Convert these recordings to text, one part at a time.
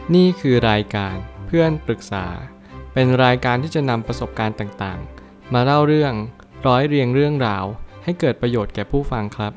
นี่คือรายการเพื่อนปรึกษาเป็นรายการที่จะนำประสบการณ์ต่างๆมาเล่าเรื่องร้อยเรียงเรื่องราวให้เกิดประโยชน์แก่ผู้ฟังครับ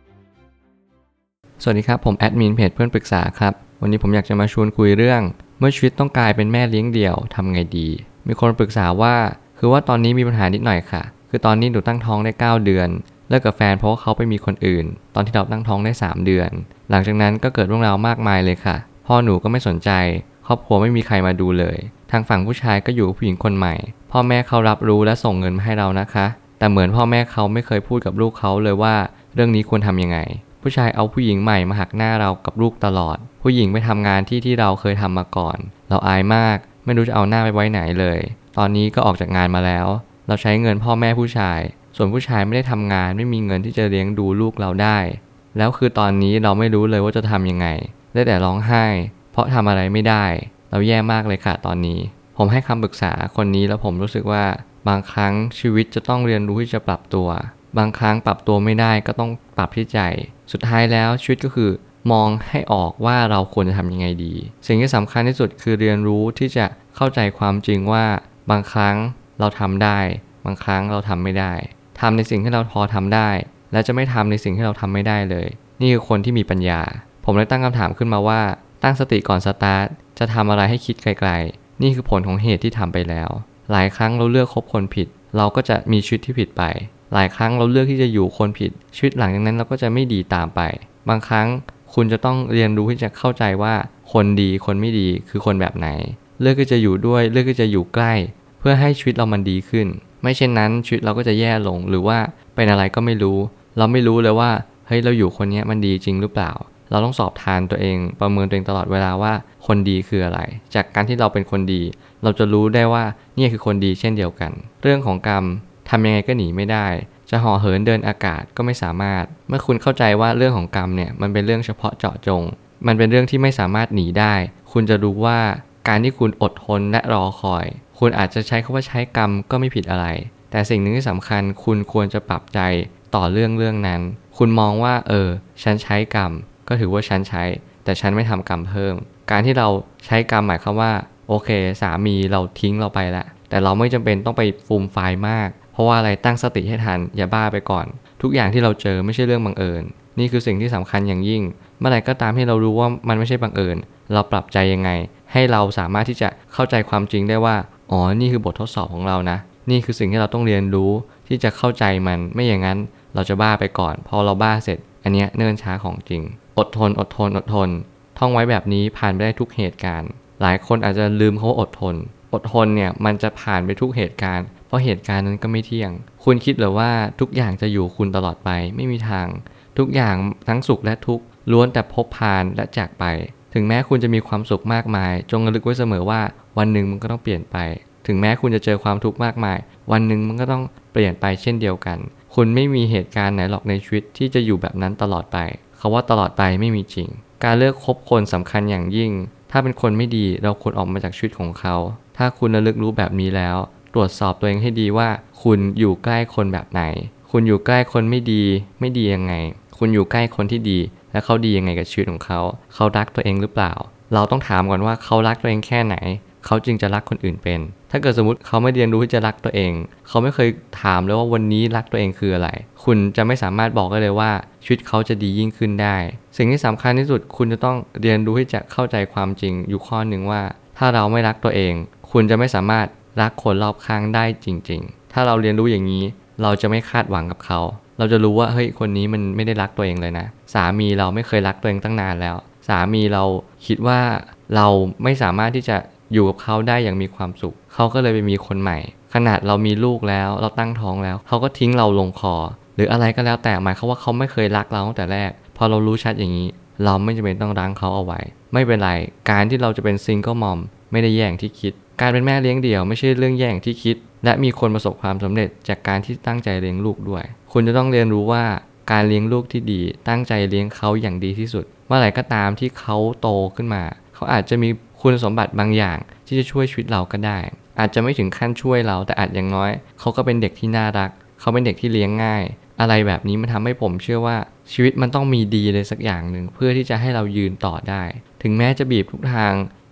สวัสดีครับผมแอดมินเพจเพื่อนปรึกษาครับวันนี้ผมอยากจะมาชวนคุยเรื่องเมื่อชีวิตต้องกลายเป็นแม่เลี้ยงเดี่ยวทำไงดีมีคนปรึกษาว่าตอนนี้มีปัญหานิดหน่อยค่ะคือตอนนี้หนูตั้งท้องได้9 เดือนเลิกกับแฟนเพราะว่าเขาไปมีคนอื่นตอนที่เราตั้งท้องได้3 เดือนหลังจากนั้นก็เกิดเรื่องราวมากมายเลยค่ะพ่อหนูก็ไม่สนใจครอบครัวไม่มีใครมาดูเลยทางฝั่งผู้ชายก็อยู่กับผู้หญิงคนใหม่พ่อแม่เขารับรู้และส่งเงินมาให้เรานะคะแต่เหมือนพ่อแม่เขาไม่เคยพูดกับลูกเขาเลยว่าเรื่องนี้ควรทำยังไงผู้ชายเอาผู้หญิงใหม่มาหักหน้าเรากับลูกตลอดผู้หญิงไปทำงานที่เราเคยทำมาก่อนเราอายมากไม่รู้จะเอาหน้าไปไว้ไหนเลยตอนนี้ก็ออกจากงานมาแล้วเราใช้เงินพ่อแม่ผู้ชายส่วนผู้ชายไม่ได้ทำงานไม่มีเงินที่จะเลี้ยงดูลูกเราได้แล้วคือตอนนี้เราไม่รู้เลยว่าจะทำยังไงได้แต่ร้องไห้เพราะทำอะไรไม่ได้เราแย่มากเลยค่ะตอนนี้ผมให้คำปรึกษาคนนี้แล้วผมรู้สึกว่าบางครั้งชีวิตจะต้องเรียนรู้ที่จะปรับตัวบางครั้งปรับตัวไม่ได้ก็ต้องปรับที่ใจสุดท้ายแล้วชีวิตก็คือมองให้ออกว่าเราควรจะทำยังไงดีสิ่งที่สำคัญที่สุดคือเรียนรู้ที่จะเข้าใจความจริงว่าบางครั้งเราทำได้บางครั้งเราทำไม่ได้ทำในสิ่งที่เราพอทำได้และจะไม่ทำในสิ่งที่เราทำไม่ได้เลยนี่คือคนที่มีปัญญาผมเลยตั้งคำถามขึ้นมาว่าตั้งสติก่อนสตาร์ทจะทำอะไรให้คิดไกลๆนี่คือผลของเหตุที่ทำไปแล้วหลายครั้งเราเลือกคบคนผิดเราก็จะมีชีวิตที่ผิดไปหลายครั้งเราเลือกที่จะอยู่คนผิดชีวิตหลังจากนั้นเราก็จะไม่ดีตามไปบางครั้งคุณจะต้องเรียนรู้ที่จะเข้าใจว่าคนดีคนไม่ดีคือคนแบบไหนเลือกที่จะอยู่ด้วยเลือกที่จะอยู่ใกล้เพื่อให้ชีวิตเรามันดีขึ้นไม่เช่นนั้นชีวิตเราก็จะแย่ลงหรือว่าเป็นอะไรก็ไม่รู้เราไม่รู้เลยว่าเฮ้ยเราอยู่คนนี้มันดีจริงหรือเปล่าเราต้องสอบทานตัวเองประเมินตัวเองตลอดเวลาว่าคนดีคืออะไรจากการที่เราเป็นคนดีเราจะรู้ได้ว่านี่คือคนดีเช่นเดียวกันเรื่องของกรรมทำยังไงก็หนีไม่ได้จะห่อเหินเดินอากาศก็ไม่สามารถเมื่อคุณเข้าใจว่าเรื่องของกรรมเนี่ยมันเป็นเรื่องเฉพาะเจาะจงมันเป็นเรื่องที่ไม่สามารถหนีได้คุณจะรู้ว่าการที่คุณอดทนและรอคอยคุณอาจจะใช้คำว่าใช้กรรมก็ไม่ผิดอะไรแต่สิ่งหนึ่งที่สำคัญคุณควรจะปรับใจต่อเรื่องนั้นคุณมองว่าฉันใช้กรรมก็ถือว่าฉันใช้แต่ฉันไม่ทำกรรมเพิ่มการที่เราใช้กรรมหมายความว่าโอเคสามีเราทิ้งเราไปแล้วแต่เราไม่จำเป็นต้องไปฟูมไฟล์มากเพราะว่าอะไรตั้งสติให้ทันอย่าบ้าไปก่อนทุกอย่างที่เราเจอไม่ใช่เรื่องบังเอิญนี่คือสิ่งที่สำคัญอย่างยิ่งเมื่อไหร่ก็ตามที่เรารู้ว่ามันไม่ใช่บังเอิญเราปรับใจยังไงให้เราสามารถที่จะเข้าใจความจริงได้ว่าอ๋อนี่คือบททดสอบของเรานะนี่คือสิ่งที่เราต้องเรียนรู้ที่จะเข้าใจมันไม่อย่างนั้นเราจะบ้าไปก่อนพอเราบ้าเสร็จอันเนี้ยเนิ่นช้าของจริงอดทนท่องไว้แบบนี้ผ่านไปได้ทุกเหตุการณ์หลายคนอาจจะลืมเขาว่าอดทนเนี่ยมันจะผ่านไปทุกเหตุการณ์เพราะเหตุการณ์นั้นก็ไม่เที่ยงคุณคิดหรือว่าทุกอย่างจะอยู่คุณตลอดไปไม่มีทางทุกอย่างทั้งสุขและทุกข์ล้วนแต่พบผ่านและจากไปถึงแม้คุณจะมีความสุขมากมายจงระลึกไว้เสมอว่าวันหนึ่งมันก็ต้องเปลี่ยนไปถึงแม้คุณจะเจอความทุกข์มากมายวันหนึ่งมันก็ต้องเปลี่ยนไปเช่นเดียวกันคุณไม่มีเหตุการณ์ไหนหรอกในชีวิตที่จะอยู่แบบนั้นตลอดไปคำว่าตลอดไปไม่มีจริงการเลือกคบคนสำคัญอย่างยิ่งถ้าเป็นคนไม่ดีเราควรออกมาจากชีวิตของเขาถ้าคุณระลึกรู้แบบนี้แล้วตรวจสอบตัวเองให้ดีว่าคุณอยู่ใกล้คนแบบไหนคุณอยู่ใกล้คนไม่ดียังไงคุณอยู่ใกล้คนที่ดีและเขาดียังไงกับชีวิตของเขาเขารักตัวเองหรือเปล่าเราต้องถามก่อนว่าเขารักตัวเองแค่ไหนเขาจึงจะรักคนอื่นเป็นถ้าเกิดสมมติเขาไม่เรียนรู้ที่จะรักตัวเองเขาไม่เคยถามเลยว่าวันนี้รักตัวเองคืออะไรคุณจะไม่สามารถบอกได้เลยว่าชีวิตเขาจะดียิ่งขึ้นได้สิ่งที่สำคัญที่สุดคุณจะต้องเรียนรู้ที่จะเข้าใจความจริงอยู่ข้อหนึ่งว่าถ้าเราไม่รักตัวเองคุณจะไม่สามารถรักคนรอบข้างได้จริงๆถ้าเราเรียนรู้อย่างนี้เราจะไม่คาดหวังกับเขาเราจะรู้ว่าเฮ้ยคนนี้มันไม่ได้รักตัวเองเลยนะสามีเราไม่เคยรักตัวเองตั้งนานแล้วสามีเราคิดว่าเราไม่สามารถที่จะอยู่กับเขาได้อย่างมีความสุขเขาก็เลยไปมีคนใหม่ขนาดเรามีลูกแล้วเราตั้งท้องแล้วเขาก็ทิ้งเราลงคอหรืออะไรก็แล้วแต่หมายความว่าเขาไม่เคยรักเราตั้งแต่แรกพอเรารู้ชัดอย่างนี้เราไม่จำเป็นต้องรั้งเขาเอาไว้ไม่เป็นไรการที่เราจะเป็นซิงเกิลมอมไม่ได้แย่งที่คิดการเป็นแม่เลี้ยงเดี่ยวไม่ใช่เรื่องแย่งที่คิดและมีคนประสบความสำเร็จจากการที่ตั้งใจเลี้ยงลูกด้วยคุณจะต้องเรียนรู้ว่าการเลี้ยงลูกที่ดีตั้งใจเลี้ยงเขาอย่างดีที่สุดเมื่อไหร่ก็ตามที่เขาโตขึ้นมาเขาอาจจะมีคุณสมบัติบางอย่างที่จะช่วยชีวิตเราก็ได้อาจจะไม่ถึงขั้นช่วยเราแต่อาจอย่างน้อยเขาก็เป็นเด็กที่น่ารักเขาเป็นเด็กที่เลี้ยงง่ายอะไรแบบนี้มันทำให้ผมเชื่อว่าชีวิตมันต้องมีดีเลยสักอย่างหนึ่งเพื่อที่จะให้เรายืนต่อได้ถึงแม้จะบีบทุกทาง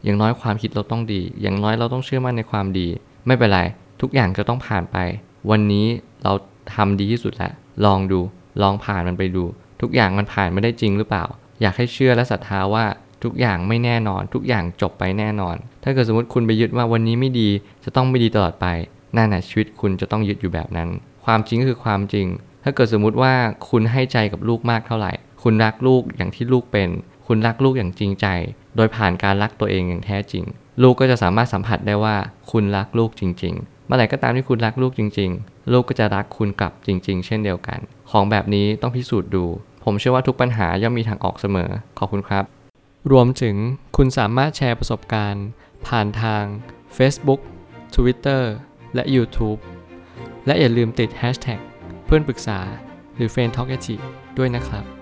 อย่างน้อยความคิดเราต้องดีอย่างน้อยเราต้องเชื่อมั่นในความดีไม่เป็นไรทุกอย่างจะต้องผ่านไปวันนี้เราทำดีที่สุดแล้วลองดูลองผ่านมันไปดูทุกอย่างมันผ่านไม่ได้จริงหรือเปล่าอยากให้เชื่อและศรัทธาว่าทุกอย่างไม่แน่นอนทุกอย่างจบไปแน่นอนถ้าเกิดสมมติคุณไปยึดว่าวันนี้ไม่ดีจะต้องไม่ดีตลอดไปนั่นน่ะชีวิตคุณจะต้องยึดอยู่แบบนั้นความจริงก็คือความจริงถ้าเกิดสมมุติว่าคุณให้ใจกับลูกมากเท่าไหร่คุณรักลูกอย่างที่ลูกเป็นคุณรักลูกอย่างจริงใจโดยผ่านการรักตัวเองอย่างแท้จริงลูกก็จะสามารถสัมผัสได้ว่าคุณรักลูกจริงๆเมื่อไหร่ก็ตามที่คุณรักลูกจริงๆลูกก็จะรักคุณกลับจริงๆเช่นเดียวกันของแบบนี้ต้องพิสูจน์ดูผมเชื่อว่าทุกปัญหาย่อมมีทางออกเสมอขอบคุณครับรวมถึงคุณสามารถแชร์ประสบการณ์ผ่านทาง Facebook Twitter และ YouTube และอย่าลืมติด Hashtag เพื่อนปรึกษาหรือ Friend Talk ด้วยนะครับ